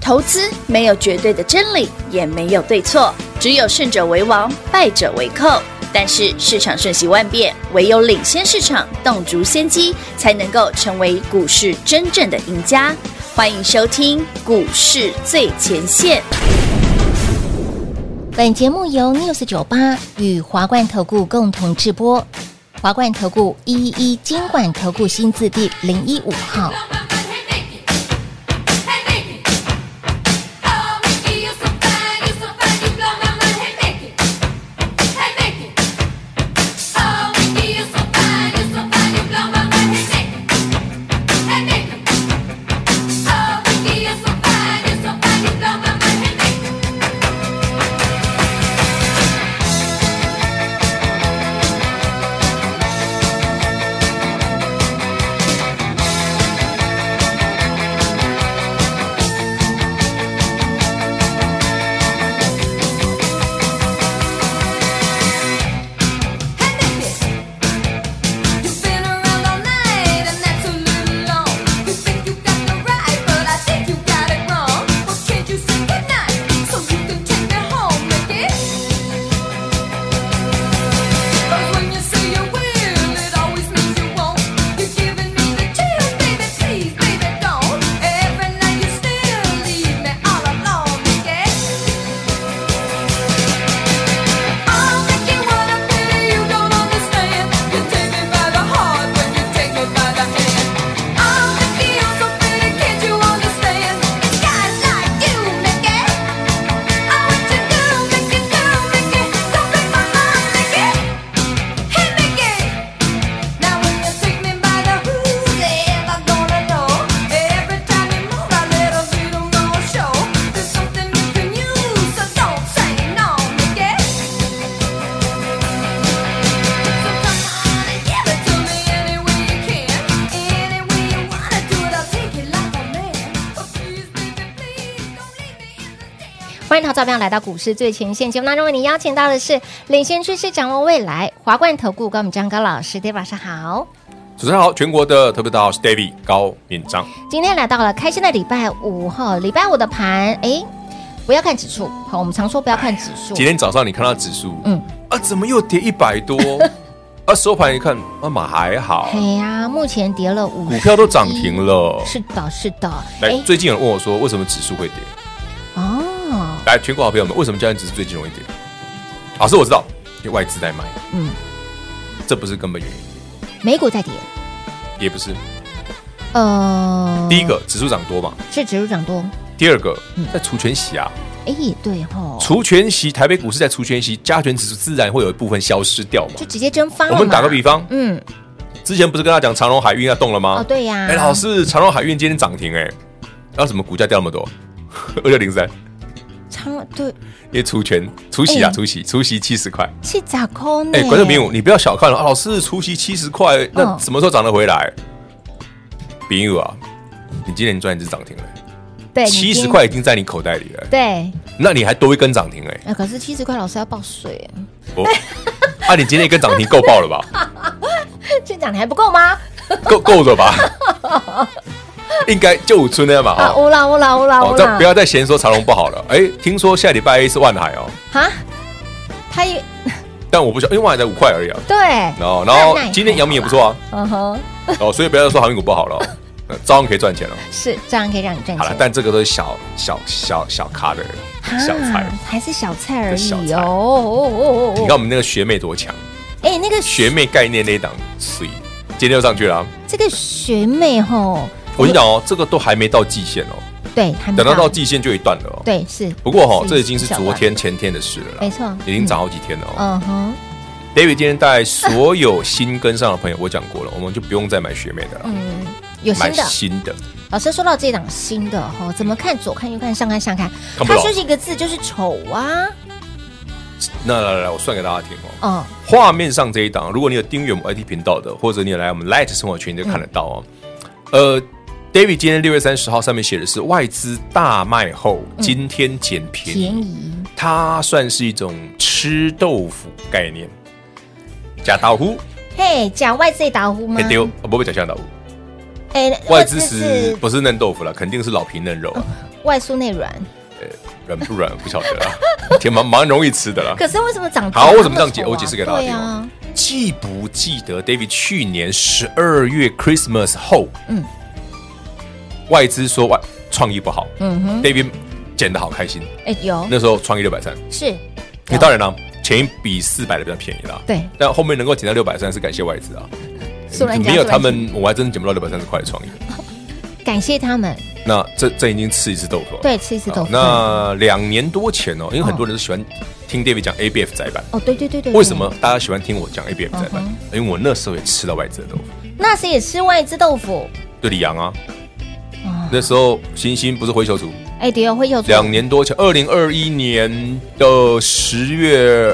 投资没有绝对的真理，也没有对错，只有胜者为王，败者为寇。但是市场瞬息万变，唯有领先市场，洞烛先机，才能够成为股市真正的赢家。欢迎收听股市最前线。 本节目由 News98 与华冠投顾共同制播，华冠投顾111金管投顾新字第015号。欢迎投资者来到股市最前线节目当中，为你邀请到的是领先趋势、掌握未来华冠投顾高敏章高老师，大家晚上好。 主持人好，全国的特别大号是 David 高敏章。 今天来到了开心的礼拜五哈，礼拜五的盘，不要看指数，好，我们常说不要看指数。 今天早上你看到指数，怎么又跌100多？收盘一看，嘛还好。 对呀，目前跌了50， 股票都涨停了。 是的，是的。 来，最近有人问我说，为什么指数会跌？ 哦， 来，全国好朋友们，为什么今天指数最近容易跌？老师我知道，因为外资在买。这不是根本原因。美股在跌， 也不是。第一个，指数涨多嘛， 是指数涨多。 第二个，在除权息啊。 对吼， 除权息，台北股市在除权息，加权指数自然会有一部分消失掉嘛， 就直接蒸发了。 我们打个比方，之前不是跟他讲长荣海运要动了吗？ 对呀。 老师，长荣海运今天涨停然后怎么股价掉那么多？2603。 长荣对， 因为除息啊，除息70块 ，70块呢。 观众朋友，你不要小看了，老师除息70块，那什么时候涨得回来？朋友啊，你今年赚一只涨停了。对，70块已经在你口袋里了。 对， 那你还多一根涨停可是70块老师要报税你今天一根涨停够爆了吧？ 这涨停还不够吗？ 够了吧？应该就5村了嘛。 乌啦， 不要再嫌说长荣不好了。听说下礼拜一是万海他也， 但我不晓得，因为万海才5块而已啊。 对。 然后今天阳明也不错啊。所以不要再说航运股不好了。照样可以赚钱了， 是照样可以让你赚钱。 好了，但这个都是小咖的小菜， 还是小菜而已你看我们那个学妹多强， 那个学妹概念那一档，水今天又上去了。 这个学妹我跟你讲这个都还没到季线对，还没等到季线就一段了对，是。 不过这已经是昨天前天的事了， 没错， 已经涨好几天了David 今天带所有新跟上的朋友，我讲过了，我们就不用再买学妹的了。 有新的， 买新的。 老师说到这档新的怎么看？左看右看，上看下看，它就是一个字，就是丑啊。 那来，我算给大家听画面上这一档，如果你有订阅我们 IT 频道的，或者你有来我们 Light 生活群，你就看得到David 今天6月30号上面写的是外资大卖后，今天捡便宜，它算是一种吃豆腐概念。假豆腐， 假外资的豆腐吗？ 丢，不会假像豆腐。 外资是不是嫩豆腐了？肯定是老皮嫩肉啊， 外酥内软。 软不软不晓得啊，挺蛮容易吃的啦。 可是为什么涨？ 好，为什么这样解？我解释给大家听。 啊， 记不记得 David 去年12月 Christmas 后，外资说创意不好，David 捡得好开心。 有那时候创意630， 是。 那当然啦，前一比400的比较便宜啦。 对， 但后面能够捡到630是感谢外资啊。没有他们，我还真捡不到630块的创意。 感谢他们。 那这已经吃一次豆腐了。 对，吃一次豆腐。 那2年多前因为很多人都喜欢听 David 讲 ABF 载板。 对。 为什么大家喜欢听我讲 ABF 载板？因为我那时候也吃到外资的豆腐。 那时也吃外资豆腐。 对，李阳啊。那时候星星不是灰球组？ 对，灰球组。 2年多前，2021年的10月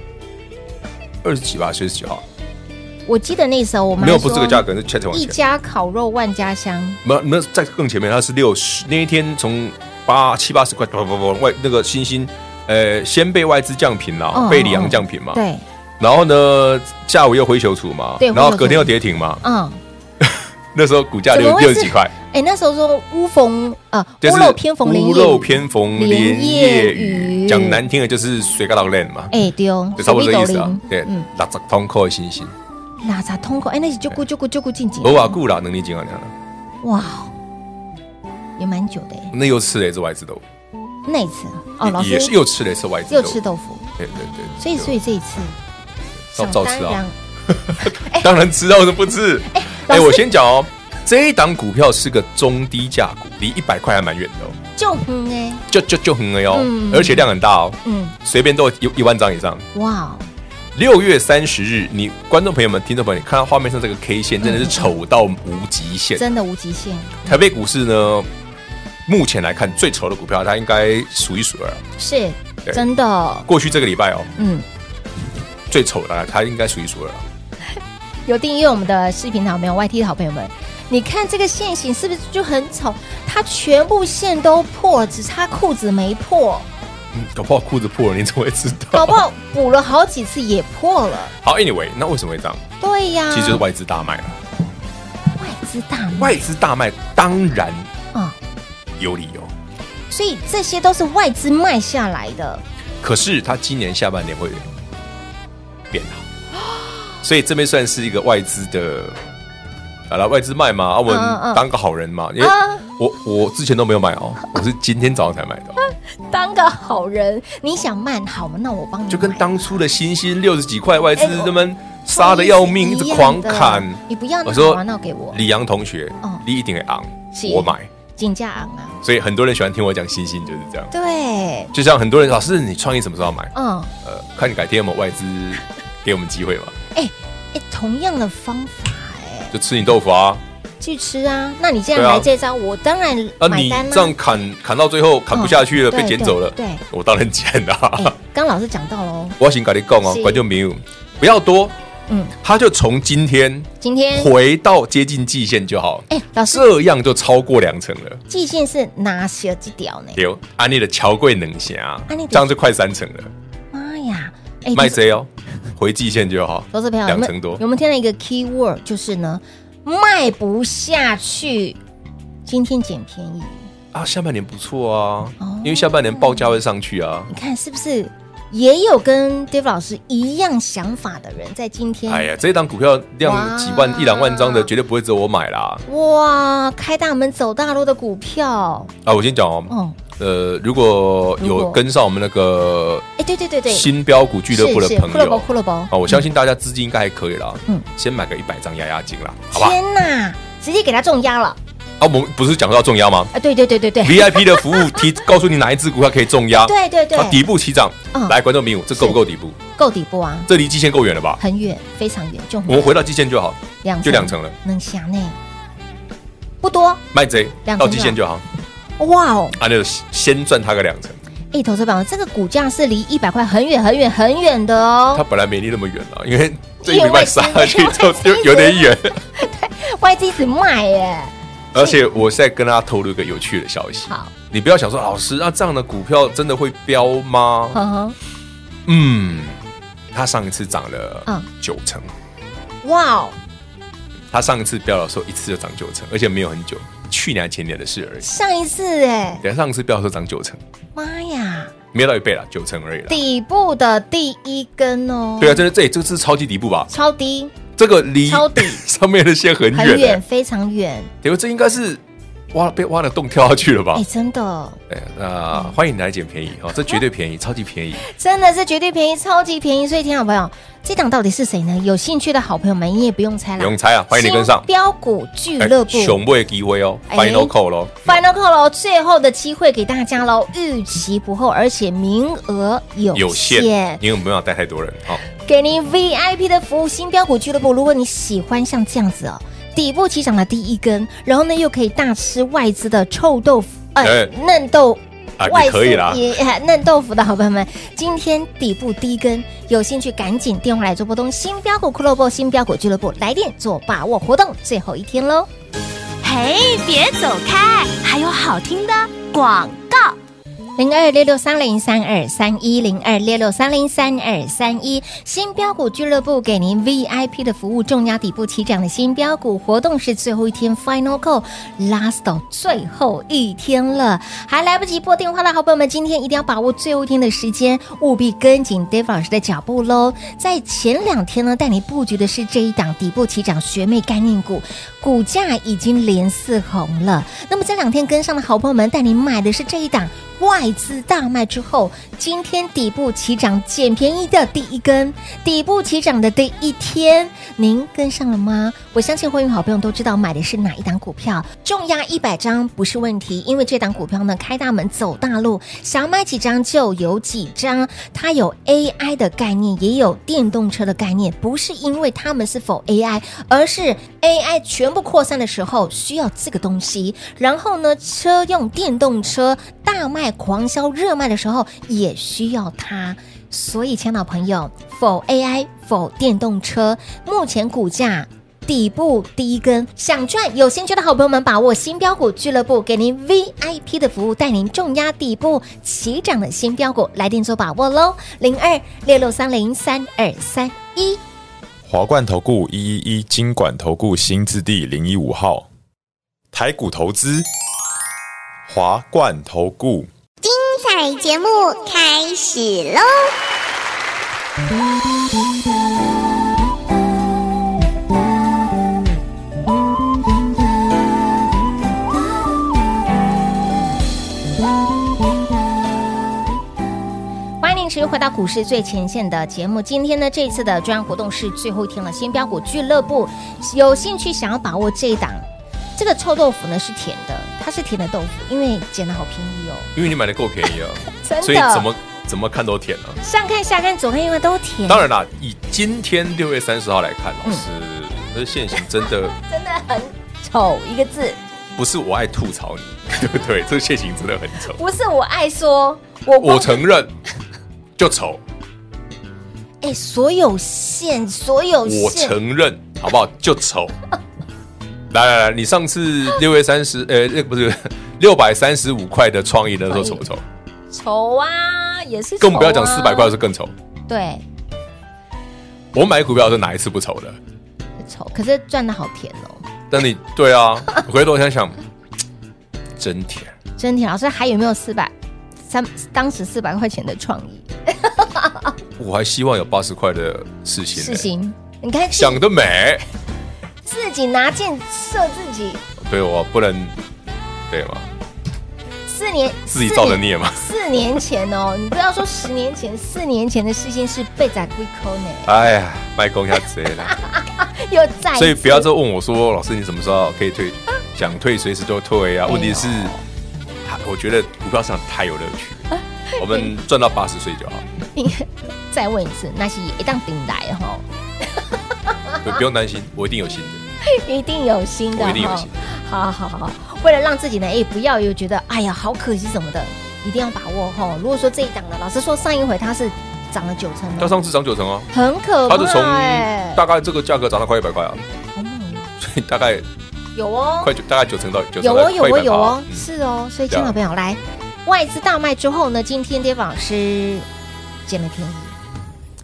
20几吧，10几号。我记得那时候我们没有，不是这个价格，是切成往前。 一家烤肉万家香， 没有在更前面，它是60。那一天从70-80块，外那个星星，先被外资降平了，被里昂降平嘛。 对。 然后呢，下午又灰球处嘛，然后隔天又跌停嘛。那时候股价60几块。 那时候说屋漏偏逢连夜雨， 讲难听的就是水到烂嘛。 对哦， 就差不多这意思啊。对，60通口的星星。 60通口，那是就顾进。 我瓦顾啦，能力金啊， 哇，也蛮久的。 那又吃了一次外资豆腐。 那一次老师也是又吃了一次外资豆腐， 又吃豆腐。 对。 所以这一次照吃啊。当然吃到是不吃。我先讲这一档股票是个中低价股，离100块还蛮远的就很就很而且量很大随便都有1万张以上。 哇 ！6月30日，你观众朋友们、听众朋友们，你看到画面上这个 K 线真的是丑到无极限， 真的无极限。 台北股市呢，目前来看最丑的股票，它应该数一数二。 是，真的。 过去这个礼拜最丑的它应该数一数二。 有订阅我们的视频的好朋友、YT 的好朋友们，你看这个线型是不是就很丑？它全部线都破了，只差裤子没破。 搞不好裤子破了，你怎么会知道？ 搞不好补了好几次也破了。 好 ，anyway， 那为什么会这样？ 对呀， 其实就是外资大卖了。 外资大卖当然有理由。 所以这些都是外资卖下来的。 可是它今年下半年会变好，所以这边算是一个外资的。好了，外资卖嘛，我们当个好人嘛。因为我之前都没有买我是今天早上才买的。 当个好人，你想卖好吗？那我帮你买。 就跟当初的星星60几块，外资他们杀的要命，一直狂砍。 你不要， 我说那给我。 李阳同学，你一定会昂，我买。 金价昂啊！ 所以很多人喜欢听我讲星星就是这样。 对， 就像很多人老师，你创意什么时候买？看你改天有没有外资给我们机会嘛。 同样的方法。 就吃你豆腐啊， 去吃啊！那你既然来这招，我当然买单。 你这样砍到最后砍不下去了，被捡走了， 对， 我当然捡了。 刚老师讲到喽， 我先跟你讲观众朋友不要多，他就从今天回到接近季线就好。 老师这样就超过2成了。 季线是哪些几条呢？ 有安利的乔贵能侠，这样就快3成了。 妈呀！ 卖这回季线就好， 投资朋友 2成多。 有没有听到一个 key word， 就是呢，卖不下去，今天捡便宜啊！下半年不错啊，因为下半年报价会上去啊。 你看是不是也有跟 Dave 老师一样想法的人在今天？ 哎呀，这一档股票量几万、1-2万张的，绝对不会只有我买啦！ 哇，开大门走大路的股票啊！我先讲如果有跟上我们那个对新标股俱乐部的朋友， 骷髅包我相信大家资金应该还可以啦。先买个100张压压惊啦，好吧？ 天哪，直接给他重压了我们不是讲到重压吗？ 对 VIP 的服务告诉你哪一只股票可以重压， 对， 底部起涨。来，观众朋友，这够不够底部？ 够底部啊！ 这离季线够远了吧？ 很远，非常远，就我们回到季线就好，就2成了， 能想呢？不多， 卖贼到季线就好。 哇哦！ 就先赚它个2成。 投资朋友，这个股价是离100块很远的哦。 它本来没离那么远了，因为这1礼拜杀下去之后就有点远。 对，外资一直卖耶。 而且我现在跟大家透露一个有趣的消息。 好， 你不要想说老师，这样的股票真的会飙吗？它上一次涨了9成。 哇哦！ 他上一次标的时候一次就涨9成，而且没有很久，去年前年的事而已。 上一次对，上一次标的时候涨9成， 妈呀， 没有到1倍啦，9成而已啦。 底部的第一根哦， 对啊，这个是超级底部吧？ 超低， 这个离超底上面的线很远， 很远，非常远。 对，这应该是被挖了洞跳下去了吧？ 真的。 那欢迎来捡便宜哦，这绝对便宜，超级便宜， 真的是绝对便宜，超级便宜。所以，听好朋友，这档到底是谁呢？有兴趣的好朋友们，你也不用猜了， 不用猜啊，欢迎你跟上标股俱乐部熊妹的机会哦 ，Final Call 咯 ，Final Call 咯，最后的机会给大家喽，逾期不候，而且名额有限， 因为我们没有带太多人，好， 给您 VIP 的服务，新标股俱乐部。如果你喜欢像这样子哦，底部起涨的第一根，然后呢又可以大吃外资的臭豆腐，嫩豆。 也可以啦， 嫩豆腐的好朋友们，今天底部第一根，有兴趣赶紧电话来做拨通新标股俱乐部，新标股俱乐部来电做把握活动，最后一天喽！ 嘿，别走开，还有好听的广告。 02663032310266303231，新标股俱乐部给您 VIP 的服务，重压底部起涨的新标股活动是最后一天 Final Call Last 最后一天了，还来不及拨电话的好朋友们，今天一定要把握最后一天的时间，务必跟紧 Dave 老师的脚步喽。在前2天呢，带你布局的是这一档底部起涨学妹概念股，股价已经连4红了。那么这2天跟上的好朋友们，带你买的是这一档外资大卖之后，今天底部起涨捡便宜的第一根，底部起涨的第一天，您跟上了吗？我相信会员好朋友都知道买的是哪一档股票，重压100张不是问题，因为这档股票呢开大门走大路，想买几张就有几张，它有 AI 的概念，也有电动车的概念，不是因为他们是否 AI， 而是 AI 全部扩散的时候需要这个东西，然后呢车用电动车大卖狂销热卖的时候也需要它，所以亲爱的朋友，否 AI 否电动车，目前股价底部第一根，想赚有兴趣的好朋友们，把握新标股俱乐部给您 VIP 的服务，带您重压底部起涨的新标股，来电做把握喽，0266303231。 华冠投顾111金管投顾新字第015号，台股投资，华冠投顾。 彩节目开始喽！ 欢迎您持续回到股市最前线的节目。今天呢，这次的专案活动是最后一天了，新标股俱乐部有兴趣想要把握这一档。这个臭豆腐呢是甜的，它是甜的豆腐，因为捡的好便宜哦。 因为你买的够便宜啊， 真的， 所以怎么看都甜啊。 上看下看左看右看都甜。 当然啦，以今天6月30号来看，老师，这现行真的真的很丑一个字。 不是我爱吐槽你，对不对？这现行真的很丑。 不是我爱说， 我承认就丑。 所有线， 我承认好不好？就丑。来，你上次6月30，不是635块的创意的时候丑不丑？ 丑啊，也是丑啊。 更不要讲400块的时候更丑。 对， 我买股票是哪一次不丑的？ 丑，可是赚的好甜哦。 但你对啊，回头想想，真甜， 真甜。老师还有没有当时400块钱的创意？ 我还希望有80块的世新。 世新，你看想得美。 自己拿箭射自己， 对，我不能，对吗 ？4年自己造的孽嘛。 4年前哦，你不要说10年前，4年前的世新是被宰龟抠呢。 哎呀，卖公下贼了， 又在， 所以不要再问我说，老师你什么时候可以退？想退随时都退啊。问题是，我觉得股票市场太有乐趣，我们赚到80岁就好。 再问一次，那是一档顶来哈。 不用担心，我一定有新的， 一定有新的， 我一定有新的。 好，为了让自己呢，不要又觉得哎呀好可惜什么的，一定要把握哈。如果说这一档的，老师说上一回它是涨了9成， 它上次涨9成哦， 很可怕。 它是从大概这个价格涨到快100块啊，所以大概有哦， 大概9成到9成， 有哦，是哦。所以亲爱的朋友来，外资大卖之后呢，今天Dave老师捡了便宜。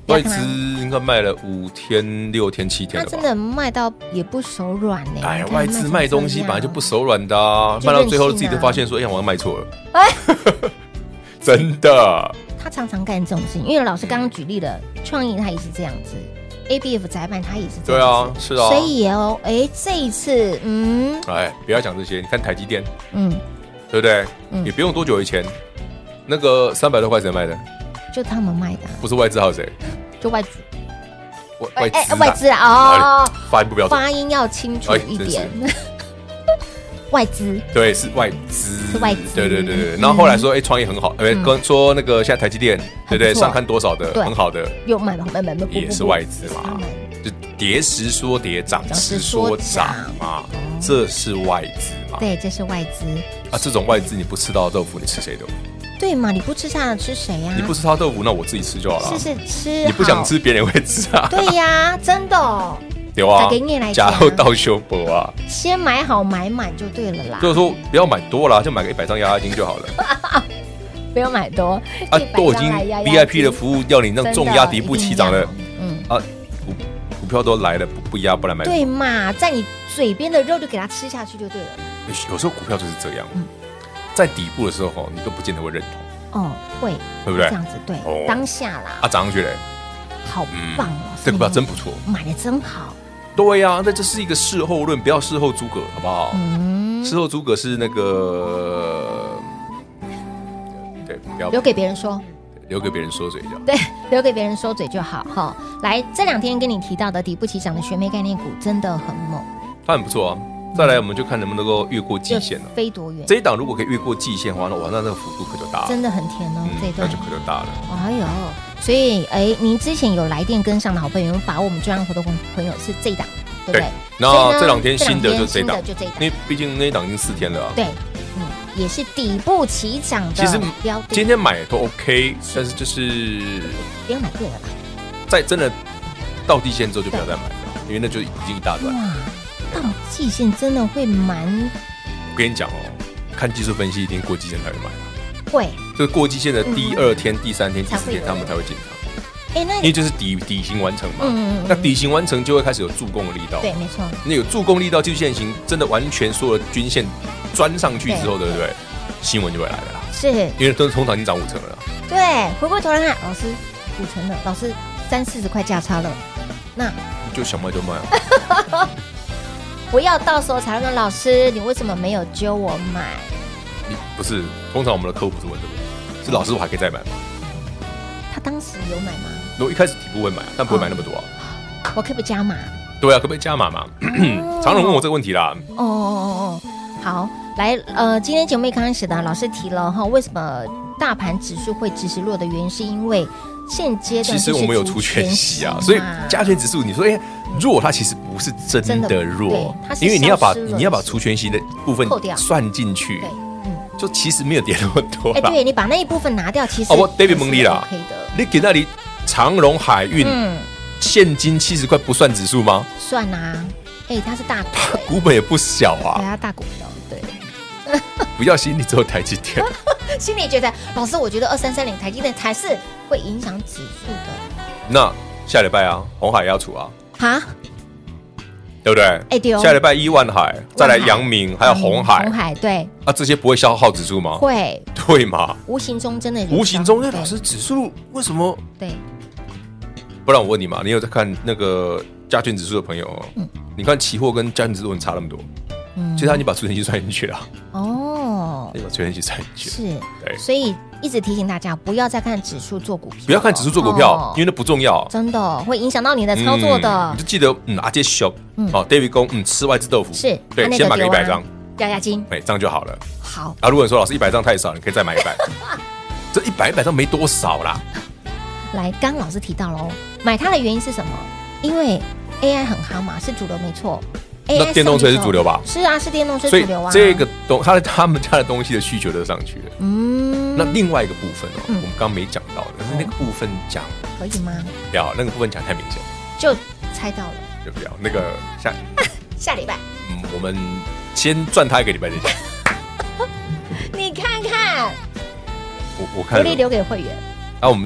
外资应该卖了5天、6天、7天了吧？ 他真的卖到也不手软呢。 哎呀，外资卖东西本来就不手软的啊，卖到最后自己就发现说，哎呀，我要卖错了。真的。 他常常干这种事情，因为老师刚刚举例的创意，他也是这样子。ABF 窄板它也是这样子， 对啊，是啊， 所以哦，这一次， 不要讲这些，你看台积电，对不对？也不用多久以前，那个300多块谁卖的？ 就他们卖的， 不是外资还有谁？ 就外资， 外资啊！ 发音不标准， 发音要清楚一点。外资对，是外资， 是外资， 对。然后后来说，创意很好，跟说那个现在台积电，对不对？上看多少的很好的， 又卖， 也是外资嘛，就跌时说跌，涨时说涨嘛，这是外资嘛？ 对，这是外资啊。这种外资你不吃到豆腐，你吃谁豆腐？ 对嘛？你不吃它的吃谁呀？ 你不吃它豆腐，那我自己吃就好了。 是吃， 你不想吃，别人会吃啊。 对呀，真的。 对啊，假后到修博啊， 先买好买满就对了啦。 就是说不要买多啦，就买个100张压压惊就好了。 不要买多啊，都已经 VIP 的服务要你那重压底部起涨了，股票都来了，不压不来买。 对嘛，在你嘴边的肉就给它吃下去就对了。 有时候股票就是这样，在底部的时候你都不见得会认同。 会， 对不对？这样子对，当下啦。 涨上去嘞， 好棒哦！ 这股票真不错， 买的真好。 对呀，那这是一个事后论，不要事后诸葛，好不好？事后诸葛是那个，对，不要留给别人说， 留给别人说嘴就好。 对，留给别人说嘴就好哈。来，这2天跟你提到的底部起涨的学妹概念股真的很猛， 它很不错啊。再来，我们就看能不能够越过季线了， 飞多远？这一档如果可以越过季线的话，那个幅度可就大了， 真的很甜哦。这一段那就可就大了。 哎呦，所以您之前有来电跟上的好朋友，把我们专案活动朋友是这一档，对不对？ 那这2天新的就这一档， 因为毕竟那一档已经4天了啊。 对，也是底部起涨的。 其实今天买都 OK， 但是就是不要买贵了吧。 在真的到季线之后就不要再买了，因为那就已经一大段。 到季线真的会蛮…… 我跟你讲哦，看技术分析一定过季线才会买。 会， 就是过季线的第2天、第3天、第4天，他们才会进场。因为就是底型完成嘛。那底型完成就会开始有助攻的力道。 对，没错。 那有助攻力道，技术线型真的完全所有的均线钻上去之后，对不对？新闻就会来了啦。 是， 因为都通常已经涨5成了。 对，回过头来看，老师5成了，老师30-40块价差了，那你就想卖就卖啊。不要到时候才问老师，你为什么没有揪我买？ 你不是，通常我们的客户不是问这个问题，是老师我还可以再买吗？ 他当时有买吗？ 我一开始底部会买，但不会买那么多啊。 我可不可以加码？ 对啊，可不可以加码嘛？常人问我这个问题啦。 好，来，今天节目一开始的老师提了哈，为什么大盘指数会直落的原因，是因为现阶段其实我们有除权息啊，所以加权指数，你说弱，它其实不是真的弱，因为你要把除权息的部分算进去，就其实没有跌那么多啦。 对，你把那一部分拿掉，其实我 David 蒙利啦，你给那里长荣海运现金70块不算指数吗？ 算啊，它是大股， 它股本也不小啊， 对，它大股票，对。 不要心里只有台积电， 心里觉得老师，我觉得2330台积电才是会影响指数的。 那下礼拜啊，鸿海要出啊，对不对？ 对哦。 下礼拜万海，再来阳明，还有鸿海， 对。 这些不会消耗指数吗？ 会， 对吗？ 无形中真的， 无形中，老师指数为什么？ 对。 不然我问你嘛，你有在看那个加权指数的朋友你看期货跟加权指数差那么多，其实你把除权息算进去了。你把除权息算进去， 是，对。所以一直提醒大家，不要再看指数做股票， 不要看指数做股票，因为那不重要， 真的会影响到你的操作的。 你就记得，阿杰小，David 公，吃外资豆腐是， 对，先买个100张， 压压惊， 这样就好了。 好， 如果你说老师100张太少，你可以再买100，这100张没多少啦。 来，刚老师提到喽，买它的原因是什么？因为 AI 很夯嘛，是主流没错。 那电动车是主流吧？ 是啊，是电动车主流啊。 所以这个他们家的东西的需求就上去了。那另外一个部分我们刚没讲到的，可是那个部分讲可以吗？ 不要，那个部分讲太明显， 就猜到了。 就不要那个下礼拜。 我们先赚他1个礼拜再讲。 你看看， 我看留给会员。 我们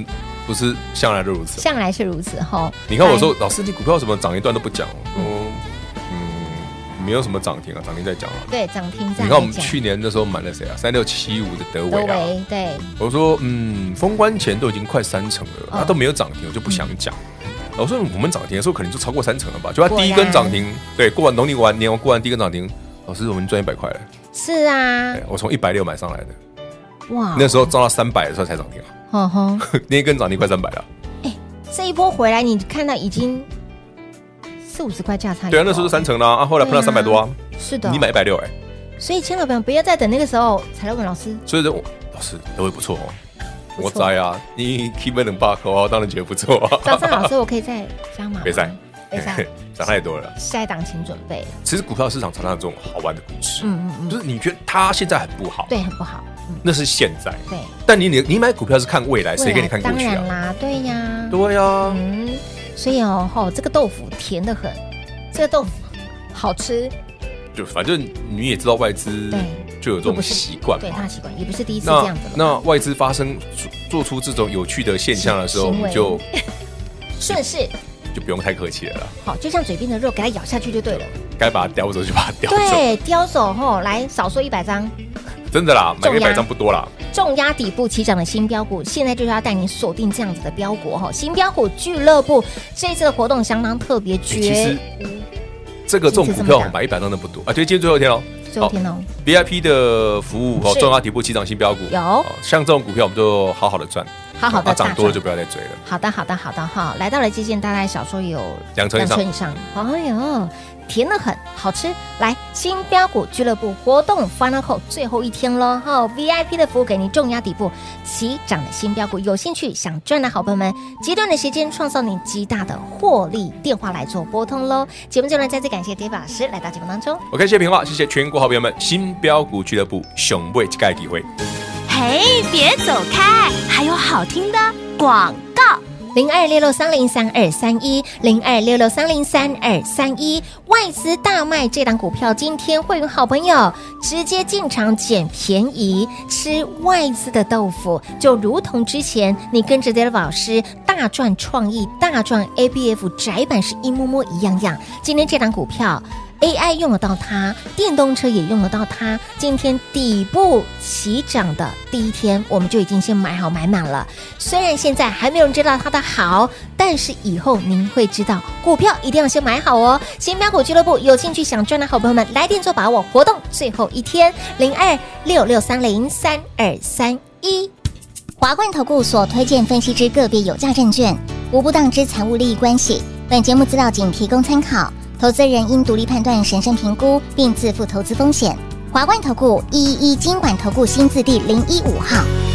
不是向来都如此， 向来是如此哈。 你看我说，老师，你股票怎么涨一段都不讲？没有什么涨停啊，涨停再讲啊。 对，涨停再讲。 你看我们去年那时候买了谁啊？3675的德微啊。 对。 我说，封关前都已经快3成了，它都没有涨停，我就不想讲。我说我们涨停的时候可能就超过3成了吧？就它第一根涨停，对，过完农历年过完第一根涨停，老师我们赚100块了。 是啊， 我从160买上来的。 哇， 那时候涨到300的时候才涨停啊。那一根涨停快300了。 这一波回来，你看到已经40-50块价差。 对啊，那时候是3成啦，后来碰到300多啊。 是的， 你买160 所以千万朋友不要再等那个时候才来问老师。 所以老师德微不错哦。我在啊，你 keep 200块，我当然觉得不错啊。 早上老师，我可以再加码吗？ 别再，涨太多了。 下一档请准备。 其实股票市场常常有这种好玩的故事，就是你觉得它现在很不好， 对，很不好， 那是现在， 对。 但你买股票是看未来，谁给你看过去啊？ 当然啦，对呀， 对呀， 所以这个豆腐甜得很，这个豆腐好吃。 就反正你也知道外资就有这种习惯， 对他的习惯也不是第一次这样子了。 那外资做出这种有趣的现象的时候，我们就顺势就不用太客气了啦。 好，就像嘴边的肉，给它咬下去就对了。 该把它叼走就把它叼走。 对，叼走来少说100张。 真的啦，买个100张不多啦。 重压底部起涨的新标股，现在就是要带你锁定这样子的标股新标股俱乐部这次的活动相当特别， 这种股票买100张的不多啊！对，今天最后一天喽， 最后一天喽。 VIP 的服务重压底部起涨新标股有， 像这种股票我们就好好的赚， 好好的涨多了就不要再追了。 好的哈，来到了接近大概少说有 2成以上， 哎呦。甜得很，好吃！来，新标股俱乐部活动 Final Call 最后一天喽！VIP 的服务给您重压底部起涨的新标股，有兴趣想赚的好朋友们，极短的时间创造您极大的获利，电话来做拨通喽！节目最后再次感谢 David 老师来到节目当中。 OK， 谢谢平话，谢谢全国好朋友们，新标股俱乐部熊未这个机会。 嘿，别走开，还有好听的广告。 0266303231，0266303231，外资大卖这档股票，今天会员好朋友直接进场捡便宜，吃外资的豆腐，就如同之前你跟着 David 老师大赚创意、大赚 ABF 窄板是一模模一样样。今天这档股票AI 用得到它，电动车也用得到它。今天底部起涨的第一天，我们就已经先买好买满了。虽然现在还没有人知道它的好，但是以后您会知道，股票一定要先买好哦。新标股俱乐部有兴趣想赚的好朋友们，来电做把握，活动最后一天，0266303231。 华冠投顾所推荐分析之个别有价证券，无不当之财务利益关系。本节目资料仅提供参考。投资人应独立判断、审慎评估，并自负投资风险。华冠投顾111金管投顾新字第015号。